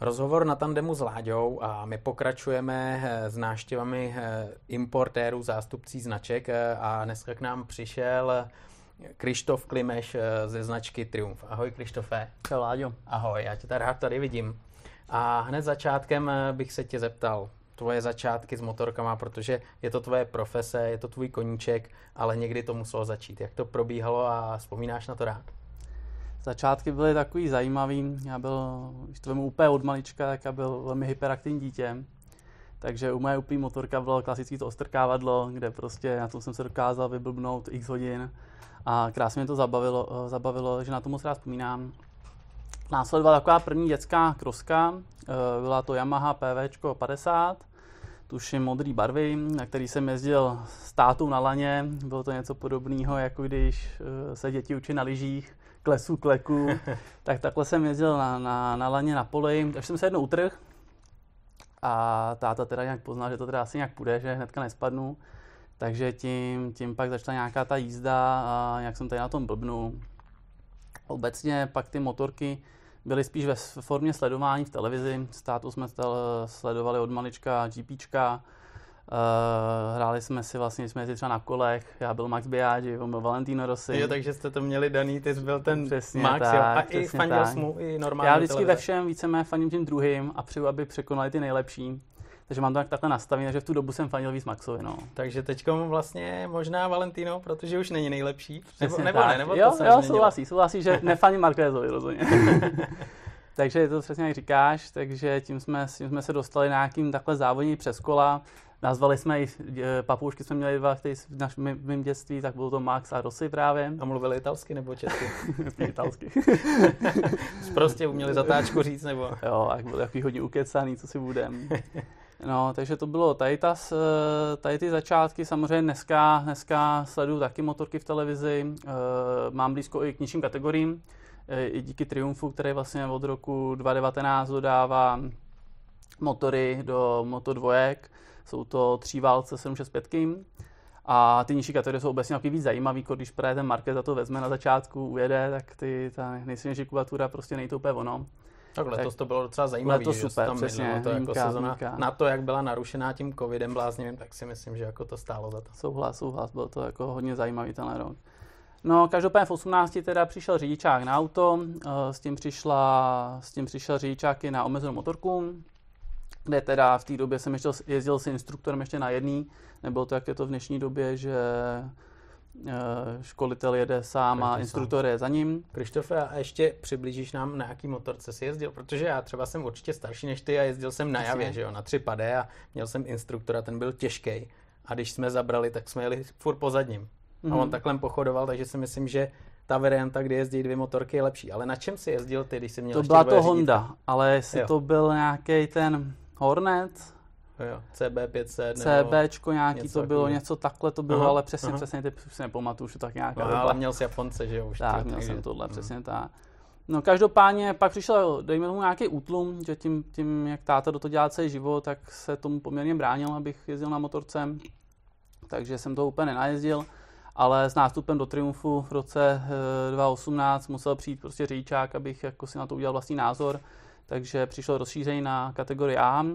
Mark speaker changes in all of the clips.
Speaker 1: Rozhovor na tandemu s Láďou a my pokračujeme s návštěvami importérů, zástupcí značek a dneska k nám přišel Krištof Klimeš ze značky Triumph. Ahoj Krištofe.
Speaker 2: Čau Láďo.
Speaker 1: Ahoj, já tě rád tady vidím. A hned začátkem bych se tě zeptal, tvoje začátky s motorkama, protože je to tvoje profese, je to tvůj koníček, ale někdy to muselo začít. Jak to probíhalo a vzpomínáš na to rád?
Speaker 2: Začátky byly takový zajímavý. Já byl, když to vemu úplně od malička, tak já byl velmi hyperaktivní dítě. Takže u moje úplný motorka bylo klasické to ostrkávadlo, kde prostě na tom jsem se dokázal vyblbnout x hodin. A krásně mě to zabavilo, že na to moc rád vzpomínám. Následovala taková první dětská kroska, byla to Yamaha PVčko 50, tuším modrý barvy, na který jsem jezdil s tátou na laně. Bylo to něco podobného, jako když se děti učí na lyžích, klesu, kleku. Tak takhle jsem jezdil na laně na poli, takže jsem se jednou utrhl a táta teda nějak poznal, že to teda asi nějak půjde, že hnedka nespadnu. Takže tím pak začala nějaká ta jízda a jak jsem tady na tom blbnul. Obecně pak ty motorky byly spíš ve formě sledování v televizi. S tátou jsme sledovali od malička GPčka. Hráli jsme si vlastně, jsme jezdili třeba na kolech. Já byl Max Biaggi, on byl Valentino Rossi.
Speaker 1: Jo, takže jste to měli daný, ty jsi byl ten
Speaker 2: přesně
Speaker 1: Max,
Speaker 2: tak,
Speaker 1: jo. A i fandil jsi mu, i normálně.
Speaker 2: Já vždycky ve všem víceméně fandím tím druhým a přeju, aby překonali ty nejlepší. Takže mám to takhle nastavené, že v tu dobu jsem fandil víc Maxovi, no.
Speaker 1: Takže teďkom vlastně možná Valentino, protože už není nejlepší. Nebo
Speaker 2: jo,
Speaker 1: to
Speaker 2: jo, souhlasí, že nefandím Marquezovi rozhodně. Takže je to přesně jak říkáš, takže tím jsme se dostali na nějakým takhle závodní přes kola. Nazvali jsme i papoušky, jsme měli dva v mém dětství, tak byl to Max a Rossi právě.
Speaker 1: A mluvili italsky nebo česky?
Speaker 2: Italsky.
Speaker 1: Prostě uměli zatáčku říct, nebo?
Speaker 2: Jo, tak byl takový hodně ukecaný, co si budem. No, takže to bylo tady ty začátky. Samozřejmě dneska sleduju taky motorky v televizi. Mám blízko i k nižším kategoriím. I díky Triumphu, který vlastně od roku 2019 dodává motory do Moto2. Jsou to 3 válce 765. A ty nižší kategorie jsou obecně víc zajímavý, když právě ten Marquez za to vezme na začátku, ujede, tak ta nejsilnější kubatura prostě nejde to úplně ono.
Speaker 1: Tak letos to bylo docela zajímavé,
Speaker 2: že super,
Speaker 1: tam
Speaker 2: přesně,
Speaker 1: to jako sezona.
Speaker 2: Výjimka.
Speaker 1: Na to, jak byla narušená tím covidem bláznivým, tak si myslím, že jako to stálo za to.
Speaker 2: Souhlas, bylo to jako hodně zajímavý tenhle rok. No, každopádně v 18 teda přišel řidičák na auto, s tím přišel řidičák i na omezenou motorku, kde teda v té době jsem ještě jezdil s instruktorem ještě na jedný, nebylo to, jak je to v dnešní době, že školitel jede sám a instruktor je za ním.
Speaker 1: Krištofe, a ještě přiblížíš nám, na jaký motorce jsi jezdil, protože já třeba jsem určitě starší než ty a jezdil jsem na Javě, že jo, na 3 padé a měl jsem instruktora, ten byl těžký. A když jsme zabrali, tak jsme jeli furt po zadním. A on takhle pochodoval, takže si myslím, že ta varianta, kdy jezdí 2 motorky, je lepší. Ale na čem jsi jezdil ty, když jsi měl?
Speaker 2: To byla to Honda, ale jestli to byl nějaký ten Hornet,
Speaker 1: jo, CB500
Speaker 2: CBčko nějaký to bylo, něco takhle to bylo, ale přesně ty si nepamatuju, že tak nějaká
Speaker 1: ale měl jsi Japonce, že jo? Už
Speaker 2: tak, měl jsem tohle, přesně tak. No každopádně pak přišel, dejme tomu nějaký útlum, že tím, jak táta do toho dělal celý život, tak se tomu poměrně bránil, abych jezdil na motorce, takže jsem to úplně nenajezdil, ale s nástupem do Triumphu v roce 2018 musel přijít prostě řidičák, abych jako si na to udělal vlastní názor, takže přišlo rozšíření na kategorii A,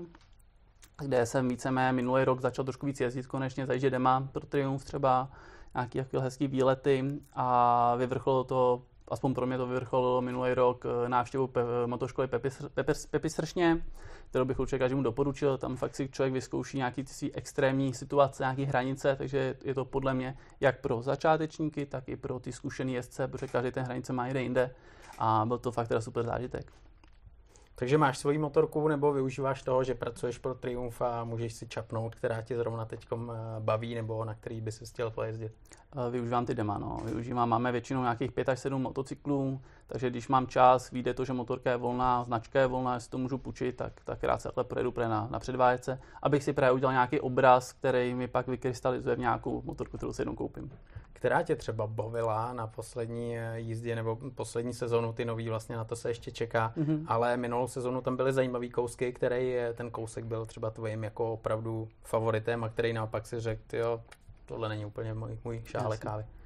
Speaker 2: kde jsem víceméně minulý rok začal trošku víc jezdit, konečně zajíždět dema pro Triumph třeba, nějaký hezký výlety a vyvrcholilo to, aspoň pro mě to vyvrcholilo minulý rok návštěvu motoškoly Pepi Sršně, kterou bych určitě každému doporučil, tam fakt si člověk vyzkouší nějaký ty svý extrémní situace, nějaký hranice, takže je to podle mě jak pro začátečníky, tak i pro ty zkušený jezdce, protože každý ten hranice má jinde a byl to fakt teda super zážitek.
Speaker 1: Takže máš svoji motorku nebo využíváš toho, že pracuješ pro Triumph a můžeš si čapnout, která tě zrovna teďkom baví nebo na který by si chtěl pojezdit?
Speaker 2: Využívám ty dema, no. Máme většinou nějakých 5 až 7 motocyklů, takže když mám čas, vyjde to, že motorka je volná, značka je volná, jestli to můžu půjčit, tak rád se takhle projedu na předvájece, abych si právě udělal nějaký obraz, který mi pak vykrystalizuje v nějakou motorku, kterou si jednou koupím.
Speaker 1: Která tě třeba bavila na poslední jízdě nebo poslední sezonu, ty nový vlastně na to se ještě čeká, ale minulou sezonu tam byly zajímavý kousky, který ten kousek byl třeba tvojím jako opravdu favoritem a který naopak si řekl, jo, tohle není úplně můj šálek kávy.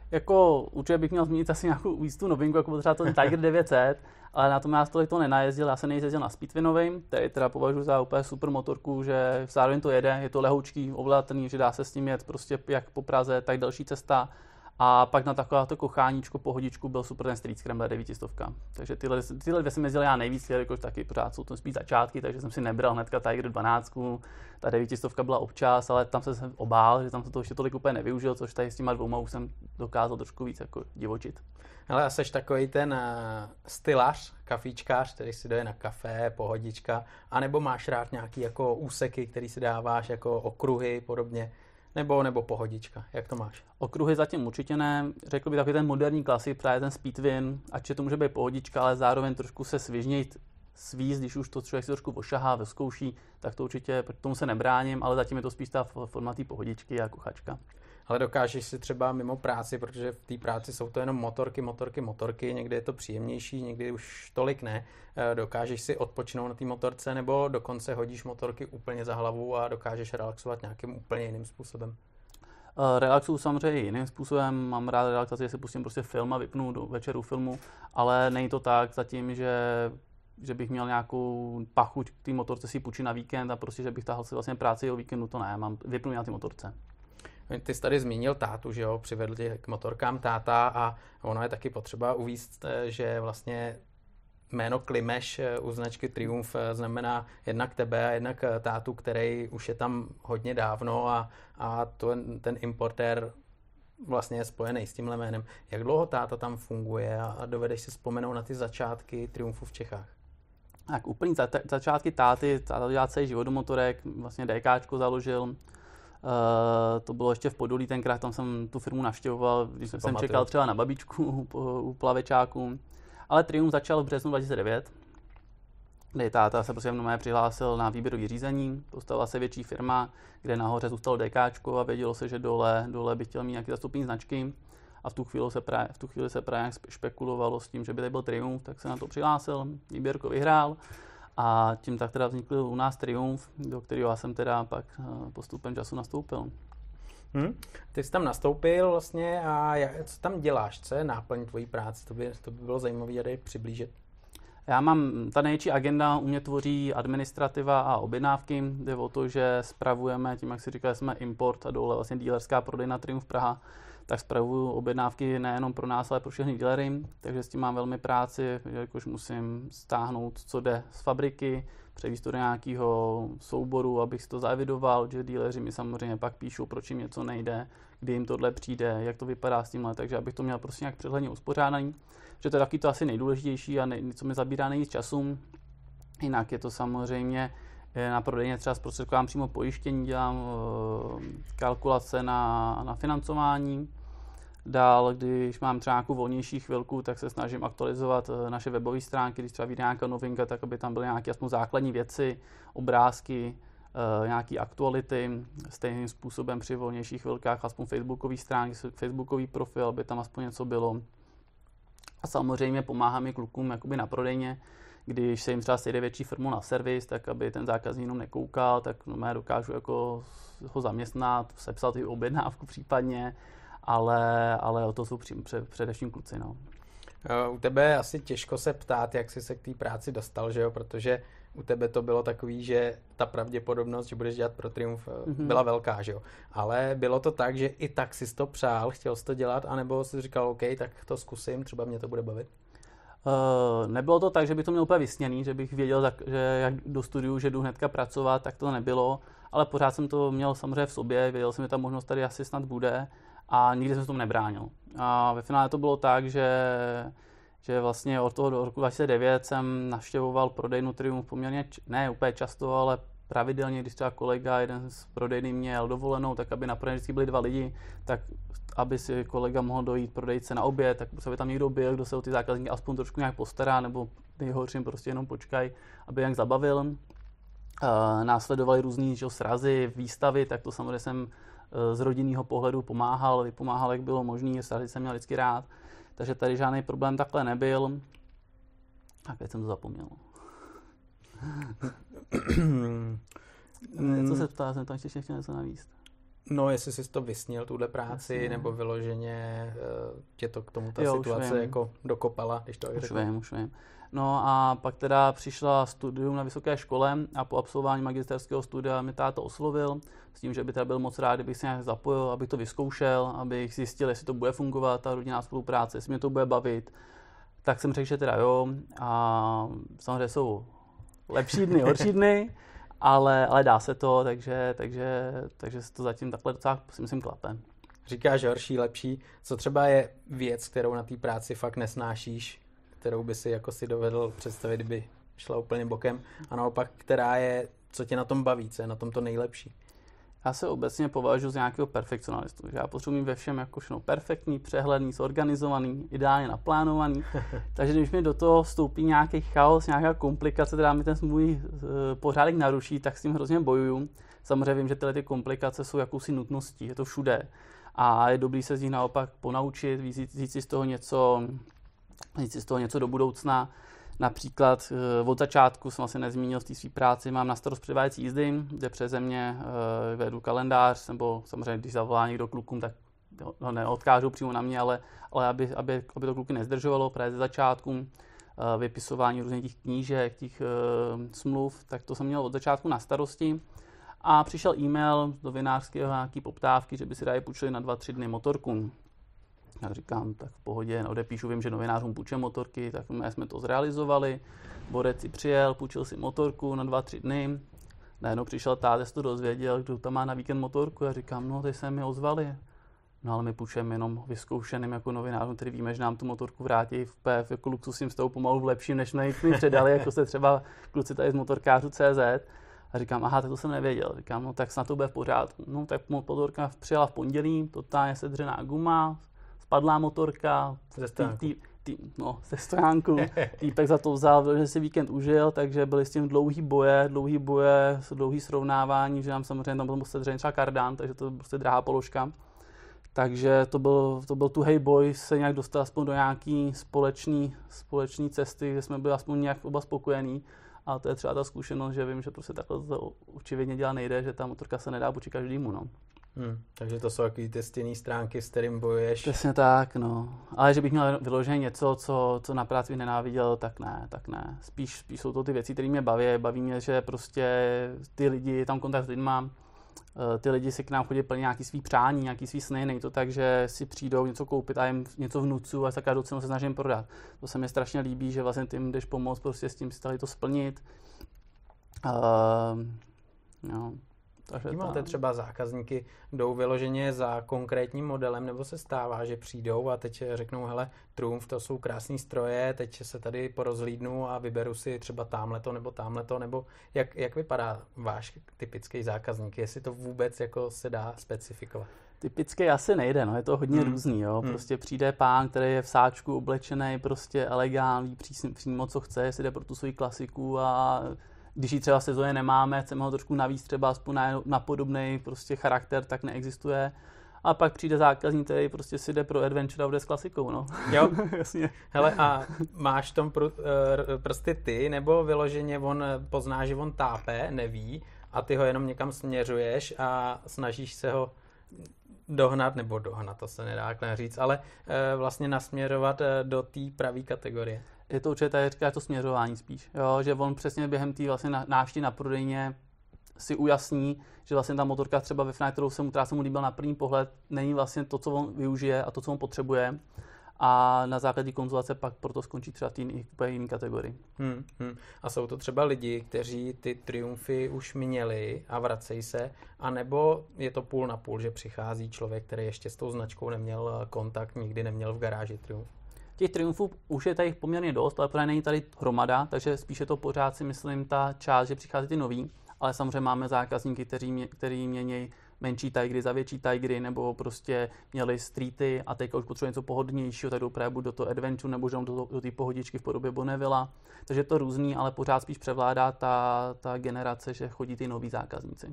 Speaker 2: Jako určitě bych měl zmínit asi nějakou víc tu novinku, jako byl třeba ten Tiger 900, ale na tom já tolik to nenajezdil, já jsem nejjezdil na Speedwinovým, který teda považuji za úplně super motorku, že zároveň to jede, je to lehoučký, ovladatelný, že dá se s tím jet prostě jak po Praze, tak další cesta. A pak na takováto kocháníčko, pohodičku byl super ten Street Scrambler 900. Takže tyhle dvě jsem jezdil já nejvíc, jakož taky pořád jsou to spíš začátky, takže jsem si nebral hnedka Tiger 12, ta 900 byla občas, ale tam jsem obál, že tam se to ještě tolik úplně nevyužil, což tady s těma dvouma už jsem dokázal trošku víc jako divočit.
Speaker 1: Ale a seš takový ten stylař, kafíčkář, který si doje na kafe, pohodička, anebo máš rád nějaký jako úseky, který si dáváš jako okruhy podobně, nebo pohodička, jak to máš?
Speaker 2: Okruhy zatím určitě ne, řekl bych takový ten moderní klasik, právě ten Speedwin, ač to může být pohodička, ale zároveň trošku se svižnějt svíz, když už to člověk si trošku ošahá, vyzkouší, tak to určitě, k tomu se nebráním, ale zatím je to spíš ta forma té pohodičky a kochačka.
Speaker 1: Ale dokážeš si třeba mimo práci, protože v té práci jsou to jenom motorky, někdy je to příjemnější, někdy už tolik ne. Dokážeš si odpočinout na té motorce nebo dokonce hodíš motorky úplně za hlavu a dokážeš relaxovat nějakým úplně jiným způsobem?
Speaker 2: Relaxuju samozřejmě jiným způsobem, mám rád relaxaci, že si pustím prostě film a vypnu do večeru filmu, ale není to tak zatím, že bych měl nějakou pachuť k té motorce si půjčit na víkend a prostě, že bych tahal si vlastně práci o víkendu, to ne, vypnu na té motorce.
Speaker 1: Ty jsi tady zmínil tátu, že jo, přivedl tě k motorkám táta a ono je taky potřeba uvíct, že vlastně jméno Klimeš u značky Triumph znamená jednak tebe a jednak tátu, který už je tam hodně dávno a ten importér vlastně je spojený s tímhle jménem. Jak dlouho táta tam funguje a dovedeš si vzpomenout na ty začátky Triumphu v Čechách?
Speaker 2: Tak úplně začátky táta dělá celý život do motorek, vlastně DKčko založil. To bylo ještě v Podolí tenkrát, tam jsem tu firmu navštěvoval, když jsem čekal třeba na babičku u plavečáků. Ale Triumph začal v březnu 2009, kdy táta se prostě mnou přihlásil na výběrový řízení, postavila se větší firma, kde nahoře zůstalo DKčko a vědělo se, že dole by chtěl mít nějaké zastoupení značky. A v tu chvíli se právě špekulovalo s tím, že by tady byl Triumph, tak se na to přihlásil, výběrko vyhrál. A tím tak teda vznikl u nás Triumph, do kterého já jsem teda pak postupem času nastoupil.
Speaker 1: Ty jsi tam nastoupil vlastně a co tam děláš? Co je náplň tvojí práce? To by bylo zajímavé tady přiblížit.
Speaker 2: Já mám, ta největší agenda u mě tvoří administrativa a objednávky. Jde o to, že spravujeme, tím jak si říkali, jsme import a dole vlastně dílerská prodejna Triumph Praha, tak spravuju objednávky nejenom pro nás, ale pro všechny dealery, takže s tím mám velmi práci, jakož musím stáhnout, co jde z fabriky, převízt to do nějakého souboru, abych si to zaevidoval, že dealeři mi samozřejmě pak píšou, proč jim něco nejde, kdy jim tohle přijde, jak to vypadá s tímhle, takže abych to měl prostě nějak přehledně uspořádaný, že to je taky to asi nejdůležitější a co mi zabírá nejvíc času. Jinak je to samozřejmě na prodejně třeba zprostředkovám přímo pojištění, dělám kalkulace na financování. Dál, když mám třeba nějakou volnější chvilku, tak se snažím aktualizovat naše webové stránky, když třeba vyjde nějaká novinka, tak aby tam byly nějaké aspoň základní věci, obrázky, nějaké aktuality. Stejným způsobem při volnějších chvilkách aspoň facebookové stránky, facebookový profil, aby tam aspoň něco bylo. A samozřejmě pomáhám i klukům jakoby na prodejně, když se jim třeba sejde větší firmu na servis, tak aby ten zákazník jenom nekoukal, tak já dokážu jako ho zaměstnat, sepsat i objednávku případně, ale o to jsou především kluci. No.
Speaker 1: U tebe je asi těžko se ptát, jak jsi se k té práci dostal, že jo? Protože u tebe to bylo takový, že ta pravděpodobnost, že budeš dělat pro Triumph, byla velká, že jo? Ale bylo to tak, že i tak jsi to přál, chtěl jsi to dělat, anebo jsi říkal, OK, tak to zkusím, třeba mě to bude bavit?
Speaker 2: Nebylo to tak, že bych to měl úplně vysněný, že bych věděl, že jak do studiu, že jdu hnedka pracovat, tak to nebylo, ale pořád jsem to měl samozřejmě v sobě, věděl jsem, že ta možnost tady asi snad bude a nikdy jsem se tomu nebránil. A ve finále to bylo tak, že vlastně od toho do roku 2009 jsem navštěvoval prodejnu Triumph poměrně, ne úplně často, ale pravidelně, když třeba kolega, jeden z prodejny měl dovolenou, tak aby na prodejně vždycky byli 2 lidi, tak aby si kolega mohl dojít prodejce na oběd, tak by tam někdo byl, kdo se o ty zákazníky aspoň trošku nějak postará, nebo nejhorším prostě jenom počkaj, aby nějak zabavil. Následovali různý srazy, výstavy, tak to samozřejmě jsem z rodinného pohledu vypomáhal, jak bylo možné, srazy jsem měl vždycky rád, takže tady žádný problém takhle nebyl. Tak teď jsem to zapomněl. Co se ptá, jsem tam ještě chtěl něco navíst.
Speaker 1: No, jestli jsi to vysnil, tuhle práci,
Speaker 2: Jasně.
Speaker 1: nebo vyloženě tě to k tomu ta
Speaker 2: Jo,
Speaker 1: situace jako dokopala, když to
Speaker 2: Už vím. No a pak teda přišla studium na vysoké škole a po absolvování magisterského studia mi táta oslovil s tím, že by teda byl moc rád, kdybych se nějak zapojil, abych to vyzkoušel, abych zjistil, jestli to bude fungovat, ta rodinná spolupráce, jestli mě to bude bavit. Tak jsem řekl, že teda jo, a samozřejmě jsou lepší dny, horší dny, ale dá se to, takže se to zatím takhle docela, si myslím, klape.
Speaker 1: Říkáš horší, lepší. Co třeba je věc, kterou na té práci fakt nesnášíš, kterou by si jako si dovedl představit, kdyby šla úplně bokem, a naopak, která je, co tě na tom baví, co je na tom to nejlepší?
Speaker 2: Já se obecně považuji za nějakého perfekcionalistu. Já potřebuji mít ve všem jako všechno perfektní, přehledný, zorganizovaný, ideálně naplánovaný. Takže když mi do toho vstoupí nějaký chaos, nějaká komplikace, která mi ten můj pořádek naruší, tak s tím hrozně bojuju. Samozřejmě vím, že tyhle ty komplikace jsou jakousi nutností, je to všude. A je dobrý se z nich naopak ponaučit, vzít si z toho něco do budoucna. Například od začátku jsem asi nezmínil v té své práci, mám na starost předváděcí jízdy, kde přeze mě vedu kalendář, nebo samozřejmě, když zavolá někdo klukům, tak ho neodkážou přímo na mě, ale aby to kluky nezdržovalo právě ze začátku, vypisování různých těch knížek, těch smluv, tak to jsem měl od začátku na starosti. A přišel e-mail do novinářského nějaký poptávky, že by si rádi půjčili na 2-3 dny motorku. Já říkám, tak v pohodě, odepíšu, vím, že novinářům půjčím motorky, tak my jsme to zrealizovali. Borec si přijel, půjčil si motorku na 2-3 dny. Najednou přišel táta, se to dozvěděl, kdo tam má na víkend motorku. Já říkám, no, teď se mi ozvali. No, ale my půjčujeme jenom vyzkoušeným jako novinářům, který víme, že nám tu motorku vrátí v PF jako luxusním stavu pomalu v lepším, než jsme jich předali, jako se třeba kluci tady z motorkářů CZ. A říkám, aha, tak to jsem nevěděl. Říkám, no tak snad to bude v pořádku. No tak motorka přijela v pondělí, totálně sedřená guma, spadlá motorka, ze stojánku. Týpek za to vzal, že si víkend užil, takže byly s tím dlouhý boje, dlouhý srovnávání, že nám samozřejmě tam byl sedřený třeba kardán, takže to byl prostě drahá položka. Takže to byl tuhej boj se nějak dostat aspoň do nějaký společný cesty, kde jsme byli aspoň nějak oba spokojení. A to je třeba ta zkušenost, že vím, že prostě takhle to určitě dělat nejde, že ta motorka se nedá vůči každému, no.
Speaker 1: Takže to jsou takový ty stěnný stránky, s kterým bojuješ.
Speaker 2: Přesně tak, no. Ale že bych měl vyloženě něco, co na práci nenáviděl, tak ne. Spíš jsou to ty věci, které mě baví. Baví mě, že prostě ty lidi, tam kontakt s lidma, ty lidi si k nám chodí plně nějaký svý přání, nějaký svý sny, není to tak, že si přijdou něco koupit a jim něco vnucu a za každou cenu se snažím prodat. To se mi strašně líbí, že vlastně tím jdeš pomoct prostě s tím si to splnit. No.
Speaker 1: Vy máte třeba zákazníky, jdou vyloženě za konkrétním modelem, nebo se stává, že přijdou a teď řeknou, hele, Triumph, to jsou krásný stroje, teď se tady porozhlídnu a vyberu si třeba támhleto, nebo jak vypadá váš typický zákazník, jestli to vůbec jako se dá specifikovat?
Speaker 2: Typicky asi nejde, no, je to hodně různý, jo. Prostě přijde pán, který je v sáčku oblečený, prostě elegant, ví přímo, co chce, jestli jde pro tu svoji klasiku a když ji třeba v sezóně nemáme, chceme ho trošku navíc třeba aspoň na podobný prostě charakter, tak neexistuje. A pak přijde zákazník, který prostě si jde pro adventure a jde s klasikou, no.
Speaker 1: Jo,
Speaker 2: jasně.
Speaker 1: Hele, a máš v tom prsty ty, nebo vyloženě on pozná, že on tápe, neví, a ty ho jenom někam směřuješ a snažíš se ho dohnat, to se nedá říct, ale vlastně nasměrovat do té pravé kategorie.
Speaker 2: Je to určitě, říká to směřování spíš, jo, že on přesně během té vlastně návštěvy na prodejně si ujasní, že vlastně ta motorka třeba ve finále, která se mu líbila na první pohled, není vlastně to, co on využije a to, co on potřebuje. A na základě konzultace pak proto skončí třeba v úplně jiné kategorii.
Speaker 1: A jsou to třeba lidi, kteří ty Triumphy už měli a vracejí se, anebo je to půl na půl, že přichází člověk, který ještě s tou značkou neměl kontakt, nikdy neměl v garáži Triumph?
Speaker 2: Těch Triumphů už je tady poměrně dost, ale právě není tady hromada, takže spíše to pořád si myslím ta část, že přichází ty noví, ale samozřejmě máme zákazníky, kteří mění menší Tigry za větší Tigry, nebo prostě měli streety a teďka už potřebují něco pohodlnějšího, tak jdou právě buď do toho adventure, nebo do té pohodičky v podobě Bonnevilla. Takže je to různý, ale pořád spíš převládá ta generace, že chodí ty noví zákazníci.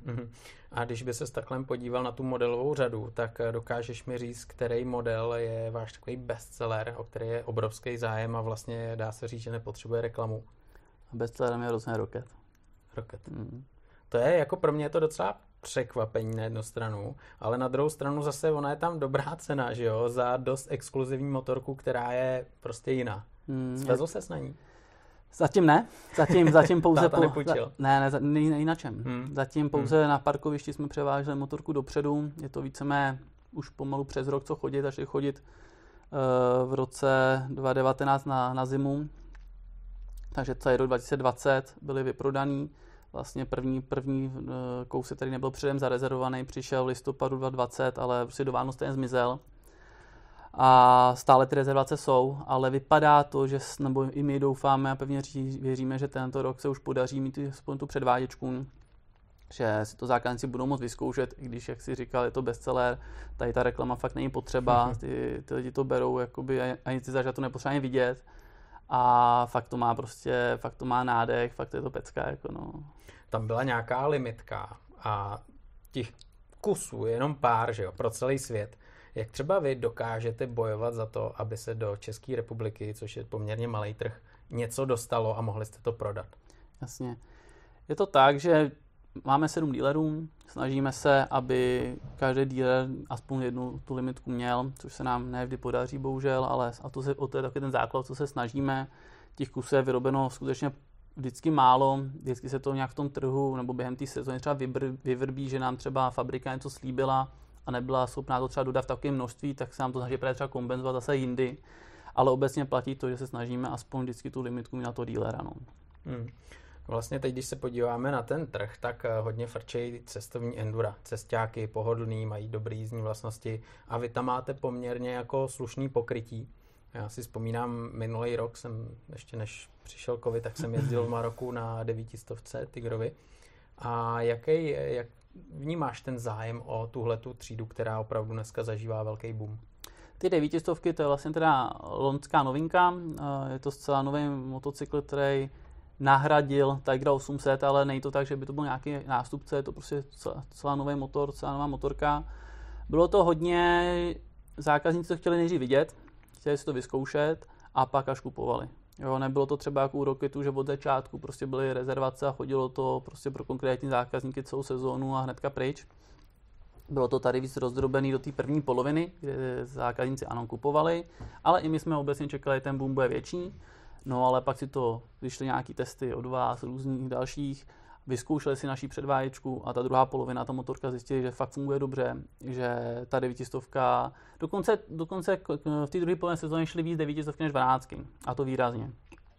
Speaker 1: A když by ses takhle podíval na tu modelovou řadu, tak dokážeš mi říct, který model je váš takový bestseller, o který je obrovský zájem a vlastně dá se říct, že nepotřebuje reklamu?
Speaker 2: Bestsellerem je rozhodně Rocket.
Speaker 1: To je jako pro mě je to docela překvapení na jednu stranu, ale na druhou stranu zase ona je tam dobrá cena, že jo, za dost exkluzivní motorku, která je prostě jiná. Svezl ses na ní?
Speaker 2: Zatím ne. Zatím pouze...
Speaker 1: Táta nepůjčil?
Speaker 2: Ne, na čem. Zatím pouze na parkovišti jsme převáželi motorku dopředu. Je to víceméně už pomalu přes rok, co chodit, začali chodit v roce 2019 na zimu. Takže celý rok 2020 byly vyprodaný. Vlastně první kousek, který nebyl předem zarezervovaný, přišel v listopadu 2020, ale prostě do Vánoc ten zmizel. A stále ty rezervace jsou, ale vypadá to, že nebo i my doufáme a pevně věříme, že tento rok se už podaří mít aspoň tu předváděčku, že si to zákazníci budou moct vyzkoušet, i když, jak si říkal, je to bestseller, tady ta reklama fakt není potřeba, ty lidi to berou, jakoby, ani ty zažad to nepotřebuje vidět a fakt to má nádech, fakt je to pecka. Jako no.
Speaker 1: Tam byla nějaká limitka a těch kusů je jenom pár, že jo, pro celý svět. Jak třeba vy dokážete bojovat za to, aby se do České republiky, což je poměrně malý trh, něco dostalo a mohli jste to prodat?
Speaker 2: Jasně. Je to tak, že máme 7 dealerů, snažíme se, aby každý dealer aspoň jednu tu limitku měl, což se nám ne vždy podaří, bohužel, ale to je taky ten základ, co se snažíme. Těch kusů je vyrobeno skutečně vždycky málo, vždycky se to nějak v tom trhu nebo během té sezóny třeba vyvrbí, že nám třeba fabrika něco slíbila a nebyla schopná to třeba dodat v takovém množství, tak se nám to snaží třeba kompenzovat zase jindy. Ale obecně platí to, že se snažíme aspoň vždycky tu limitku mít na to dealera. No.
Speaker 1: Vlastně teď, když se podíváme na ten trh, tak hodně frčejí cestovní endura. Cestáky, pohodlný, mají dobrý jízdní vlastnosti a vy tam máte poměrně jako slušný pokrytí. Já si vzpomínám, minulý rok jsem, ještě než přišel covid, tak jsem jezdil v Maroku na 900 Tigrovi. A jak vnímáš ten zájem o tuhletu třídu, která opravdu dneska zažívá velký boom?
Speaker 2: Ty 900, to je vlastně teda loňská novinka. Je to zcela nový motocykl, který nahradil Tigera 800, ale není to tak, že by to byl nějaký nástupce, je to prostě celá nový motor, celá nová motorka. Bylo to hodně, zákazníci to chtěli nejdřív vidět, chtěli si to vyzkoušet a pak až kupovali. Jo, nebylo to třeba jako u Rocketu, že od začátku prostě byly rezervace a chodilo to prostě pro konkrétní zákazníky celou sezónu a hnedka pryč. Bylo to tady víc rozdrobený do té první poloviny, kde zákazníci ano kupovali, ale i my jsme obecně čekali, že ten boom bude větší. No ale pak si to vyšly nějaký testy od vás, různých dalších, vyzkoušeli si naší předváděčku a ta druhá polovina, ta motorka zjistili, že fakt funguje dobře, že ta 900, dokonce v té druhé polovině sezóny šly víc 900 než 12, a to výrazně.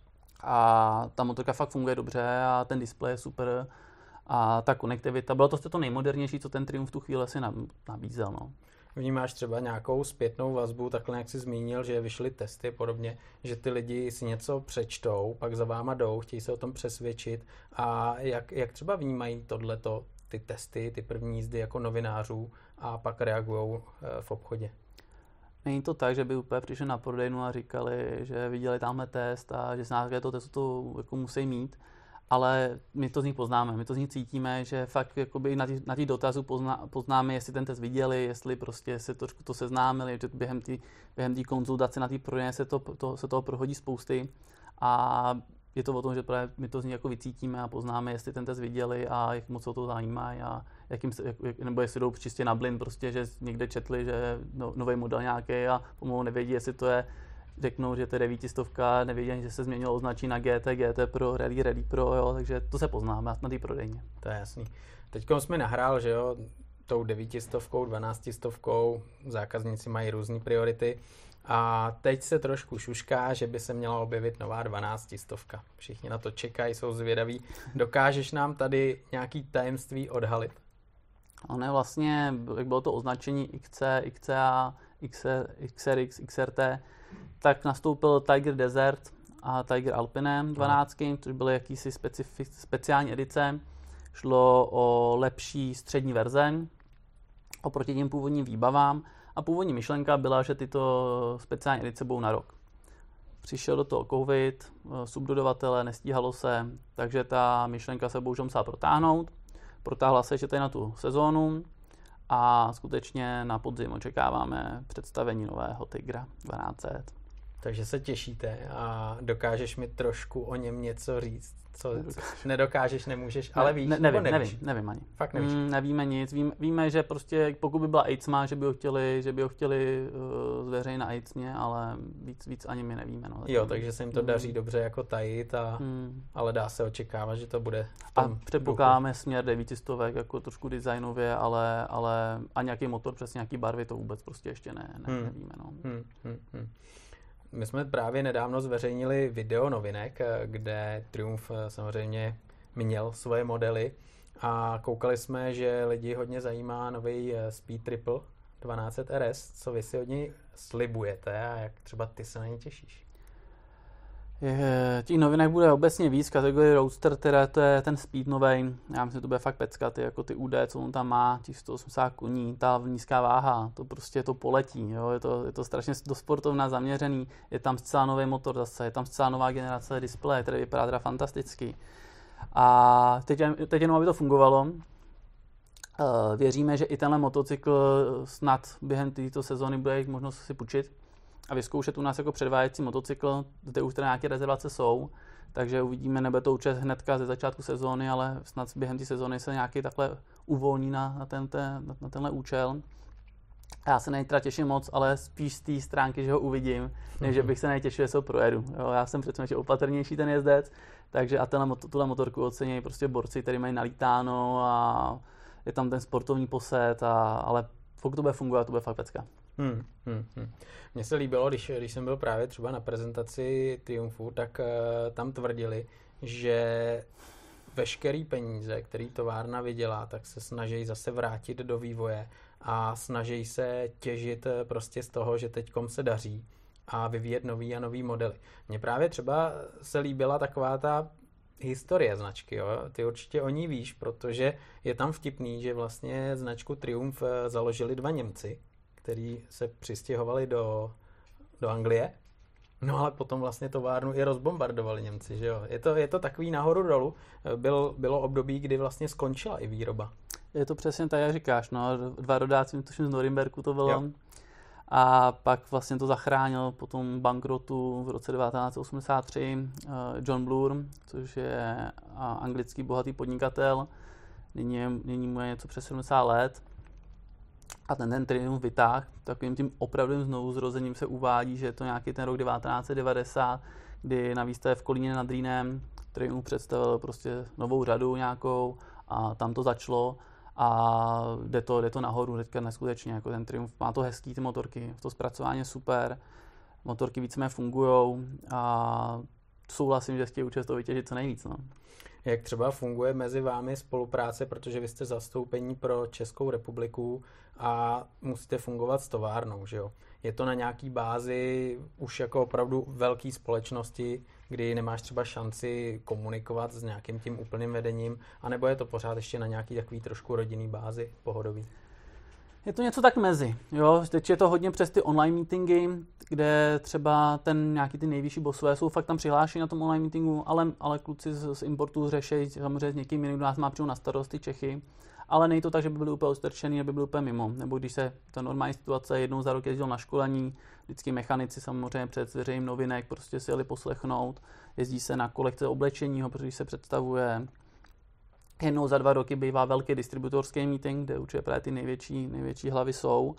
Speaker 2: A ta motorka fakt funguje dobře a ten displej je super a ta konektivita, bylo to nejmodernější, co ten Triumph v tu chvíli si nabízel. No.
Speaker 1: Vnímáš třeba nějakou zpětnou vazbu, takhle jak jsi zmínil, že vyšly testy podobně, že ty lidi si něco přečtou, pak za váma jdou, chtějí se o tom přesvědčit a jak třeba vnímají tohleto, ty testy, ty první jízdy jako novinářů a pak reagují v obchodě?
Speaker 2: Není to tak, že by úplně přišli na prodejnu a říkali, že viděli tamhle test a že z nás to testu to jako musí mít. Ale my to z nich poznáme, my to z nich cítíme, že fakt jakoby na těch dotazů poznáme, jestli ten test viděli, jestli prostě se trošku to seznámili, že během té konzultace na té prodejně se toho prohodí spousty a je to o tom, že my to z nich jako vycítíme a poznáme, jestli ten test viděli a jak moc se o to zajímají a nebo jestli jdou čistě na blind, prostě, že někde četli, že je nový model nějaký a pomalu nevědí, jestli to je, řeknou, že to je 900, nevědí, že se změnilo označení na GT Pro, Rally Pro, jo, takže to se poznáme na té prodejně.
Speaker 1: To je jasný. Teďko jsme nahrál, že jo, tou 900, 1200, zákazníci mají různé priority a teď se trošku šušká, že by se měla objevit nová 1200. Všichni na to čekají, jsou zvědaví. Dokážeš nám tady nějaký tajemství odhalit?
Speaker 2: Ono je vlastně, jak bylo to označení XC, XCA, XRX, XRT, tak nastoupil Tiger Desert a Tiger Alpine 12, což byly jakýsi speciální edice. Šlo o lepší střední verze oproti těm původním výbavám a původní myšlenka byla, že tyto speciální edice budou na rok. Přišel do toho covid, subdodavatele, nestíhalo se, takže ta myšlenka se bohužel musela protáhnout. Protáhla se, že to je na tu sezónu a skutečně na podzim očekáváme představení nového Tigra 1200.
Speaker 1: Takže se těšíte a dokážeš mi trošku o něm něco říct, co nedokážeš, nemůžeš, ale víš,
Speaker 2: nevím ani.
Speaker 1: Fakt nevíš.
Speaker 2: Nevíme nic, víme, že prostě pokud by byla AIDSma, že by ho chtěli zveřejnit na AIDSmě, ale víc ani my nevíme. No.
Speaker 1: Jo, takže se jim to daří dobře jako tajit, ale dá se očekávat, že to bude v tom
Speaker 2: A předpokládáme směr 900, jako trošku designově, ale a nějaký motor, přes nějaký barvy, to vůbec prostě ještě nevíme. No.
Speaker 1: My jsme právě nedávno zveřejnili video novinek, kde Triumph samozřejmě měl svoje modely a koukali jsme, že lidi hodně zajímá nový Speed Triple 1200 RS. Co vy si od něj slibujete a jak třeba ty se na něj těšíš?
Speaker 2: Těch novinek bude obecně víc, kategorie Roadster, teda to je ten Speed novej. Já myslím, že to bude fakt pecka, jako ty UD, co on tam má, těch 180 koní, ta nízká váha, to prostě to poletí, jo? Je to strašně do sportovna zaměřený, je tam zcela nový motor zase, je tam zcela nová generace displeje, který vypadá teda fantasticky. A teď jenom, aby to fungovalo, věříme, že i tenhle motocykl snad během této sezóny bude možnost si půjčit a vyzkoušet u nás jako předváděcí motocykl, zde už teda nějaké rezervace jsou, takže uvidíme, nebude to určitě hnedka ze začátku sezóny, ale snad během té sezóny se nějaký takhle uvolní na tenhle účel. Já se nejtra těším moc, ale spíš z té stránky, že ho uvidím, než že bych se nejtěšil, že se ho projedu. Jo, já jsem přece opatrnější ten jezdec, takže a tuhle motorku ocení prostě borci, který mají nalítáno a je tam ten sportovní posed, ale pokud to bude fungovat, to bude fakt pecka.
Speaker 1: Mně se líbilo, když jsem byl právě třeba na prezentaci Triumphu, tak tam tvrdili, že veškerý peníze, který továrna vydělá, tak se snaží zase vrátit do vývoje a snaží se těžit prostě z toho, že teďkom se daří a vyvíjet nový a nový modely. Mně právě třeba se líbila taková ta historie značky, jo? Ty určitě o ní víš, protože je tam vtipný, že vlastně značku Triumph založili 2 Němci, kteří se přistěhovali do Anglie, no ale potom vlastně továrnu i rozbombardovali Němci, že jo. Je to takový nahoru dolů. Bylo období, kdy vlastně skončila i výroba.
Speaker 2: Je to přesně tak, jak říkáš, no. 2 rodáci, tuším z Norimberku to bylo. Jo. A pak vlastně to zachránil po tom bankrotu v roce 1983 John Bloor, což je anglický bohatý podnikatel. Nyní mu je něco přes 70 let. A ten Triumph vytáhl, takovým tím opravdovým znovuzrozením se uvádí, že je to nějaký ten rok 1990, kdy na výstavě v Kolíně nad Rýnem Triumph představil prostě novou řadu nějakou a tam to začalo a jde to nahoru teďka neskutečně, jako ten Triumph, má to hezký ty motorky, to zpracování je super, motorky víceméně fungujou a souhlasím, že chtějí určitě to vytěžit co nejvíc. No.
Speaker 1: Jak třeba funguje mezi vámi spolupráce, protože vy jste zastoupení pro Českou republiku a musíte fungovat s továrnou, že jo? Je to na nějaký bázi už jako opravdu velké společnosti, kdy nemáš třeba šanci komunikovat s nějakým tím úplným vedením, anebo je to pořád ještě na nějaký takový trošku rodinný bázi, pohodový?
Speaker 2: Je to něco tak mezi, jo, teď je to hodně přes ty online meetingy, kde třeba nějaký ty nejvyšší bossové jsou fakt tam přihlášení na tom online meetingu, ale kluci z importu řeší samozřejmě s někým jiným, kdo nás má přímo na starosti Čechy, ale není to tak, že by byli úplně ostrčený, aby byli úplně mimo, nebo když se ta normální situace jednou za rok jezdil na školení, vždycky mechanici samozřejmě před zveřejněním novinek prostě si jeli poslechnout, jezdí se na kolekce oblečení, protože se představuje. Jednou za 2 roky bývá velký distributorský meeting, kde určitě právě ty největší hlavy jsou.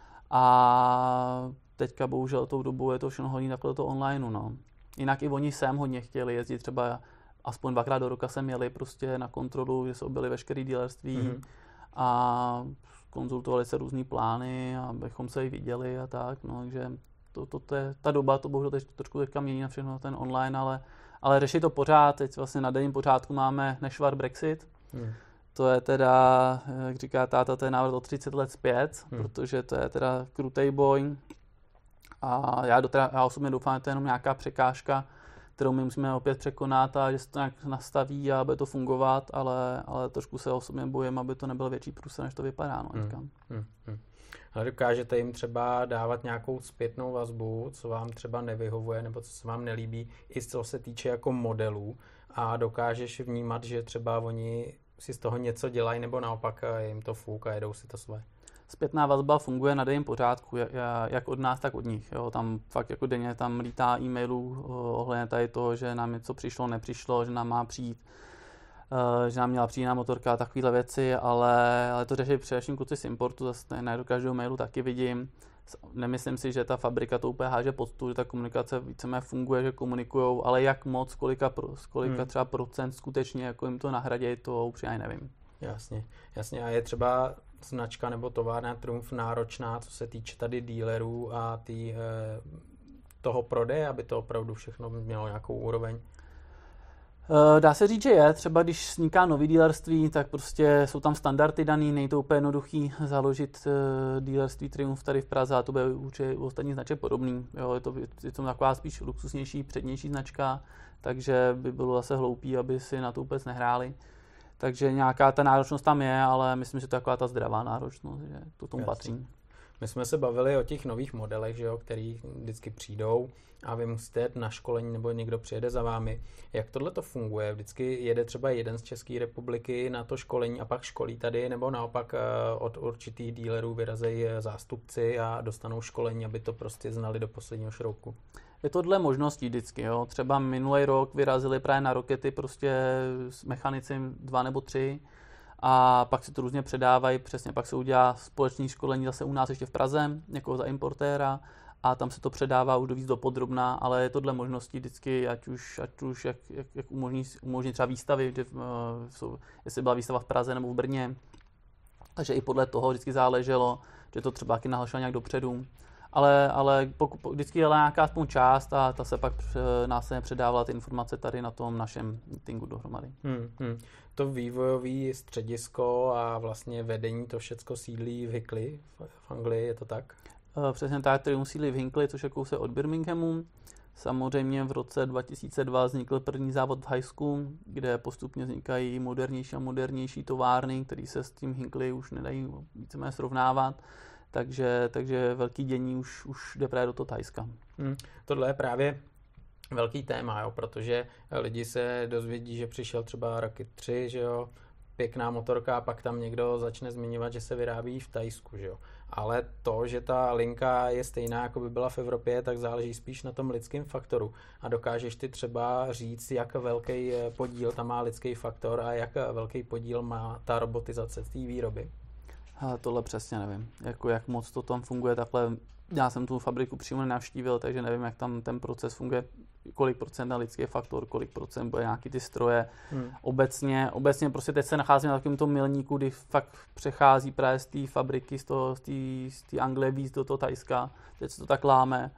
Speaker 2: A teďka bohužel tou dobou je to všechno hodně takhle to online. No. Jinak i oni sem hodně chtěli jezdit, třeba aspoň 2krát do roka sem jeli prostě na kontrolu, že se objeli veškerý dealerství a konzultovali se různý plány, abychom se i viděli a tak. No, takže ta doba to bohužel trošku teďka mění na všechno ten online, ale řeší to pořád. Teď vlastně na denním pořádku máme nešvar Brexit. To je teda, jak říká táta, to je návrat o 30 let zpět, protože to je teda krutej boj. A já osobně doufám, že to je jenom nějaká překážka, kterou my musíme opět překonat a že se to nějak nastaví a bude to fungovat, ale trošku se osobně bojím, aby to nebyl větší průser, než to vypadá. No,
Speaker 1: Ale dokážete jim třeba dávat nějakou zpětnou vazbu, co vám třeba nevyhovuje nebo co se vám nelíbí, i co se týče jako modelů a dokážeš vnímat, že třeba oni si z toho něco dělají nebo naopak jim to fuk a jedou si to svoje?
Speaker 2: zpětná vazba funguje na denním pořádku, jak od nás, tak od nich. Jo. Tam fakt jako denně tam lítá e-mailů ohledně tady toho, že nám něco přišlo, nepřišlo, že nám má přijít, že nám měla přijít na motorka a takovéhle věci, ale to řeší především kluci z importu, zase ne do každého mailu taky vidím. Nemyslím si, že ta fabrika to úplně háže pod stůl, že ta komunikace víceméně funguje, že komunikujou, ale jak moc, kolika třeba procent skutečně jako jim to nahradí, to upřímně nevím.
Speaker 1: Jasně. A je třeba značka nebo továrna Triumph náročná, co se týče tady dealerů a toho prodeje, aby to opravdu všechno mělo nějakou úroveň?
Speaker 2: Dá se říct, že je. Třeba když vzniká nový dealerství, tak prostě jsou tam standardy daný, není to úplně jednoduchý založit dealerství Triumph tady v Praze a to bude určitě u ostatních značek podobný. Jo, je to taková spíš luxusnější, přednější značka, takže by bylo zase hloupý, aby si na to vůbec nehráli. Takže nějaká ta náročnost tam je, ale myslím, že to je taková ta zdravá náročnost, že to tomu patří.
Speaker 1: My jsme se bavili o těch nových modelech, že jo, který vždycky přijdou a vy musíte jet na školení nebo někdo přijede za vámi. Jak tohle to funguje? Vždycky jede třeba jeden z České republiky na to školení a pak školí tady, nebo naopak od určitých dealerů vyrazejí zástupci a dostanou školení, aby to prostě znali do posledního šroubu?
Speaker 2: Je to dle možností vždycky. Jo. Třeba minulý rok vyrazili právě na rokety prostě s mechanici 2 nebo 3 a pak se to různě předávají, přesně pak se udělá společné školení zase u nás ještě v Praze, někoho za importéra a tam se to předává už víc dopodrobna, ale je to dle možností vždycky, ať už jak umožní třeba výstavy, jestli byla výstava v Praze nebo v Brně, takže i podle toho vždycky záleželo, že to třeba taky nahlašovalo nějak dopředu. Ale vždycky je nějaká aspoň část a ta se pak následně předávala ty informace tady na tom našem meetingu dohromady.
Speaker 1: To vývojové středisko a vlastně vedení, to všecko sídlí v Hinckley v Anglii, je to tak?
Speaker 2: Přesně tak, Triumph sídlí v Hinckley, což je kousek od Birminghamu. Samozřejmě v roce 2002 vznikl první závod v Hajsku, kde postupně vznikají modernější a modernější továrny, které se s tím Hinckley už nedají víceméně srovnávat. Takže velký dění už jde právě do toho Thajska.
Speaker 1: Tohle je právě velký téma, jo, protože lidi se dozvědí, že přišel třeba Rocket 3, že jo, pěkná motorka a pak tam někdo začne zmiňovat, že se vyrábí v Thajsku, že jo. Ale to, že ta linka je stejná, jako by byla v Evropě, tak záleží spíš na tom lidském faktoru. A dokážeš ty třeba říct, jak velký podíl tam má lidský faktor a jak velký podíl má ta robotizace té výroby?
Speaker 2: Tohle přesně nevím. Jak moc to tam funguje takhle. Já jsem tu fabriku přímo nenavštívil, takže nevím, jak tam ten proces funguje, kolik procent na lidský faktor, kolik procent bude nějaký ty stroje. Obecně prostě teď se nacházíme na takovém tom milníku, kdy fakt přechází právě z té fabriky, z té Anglie víc do toho Thajska. Teď se to tak láme,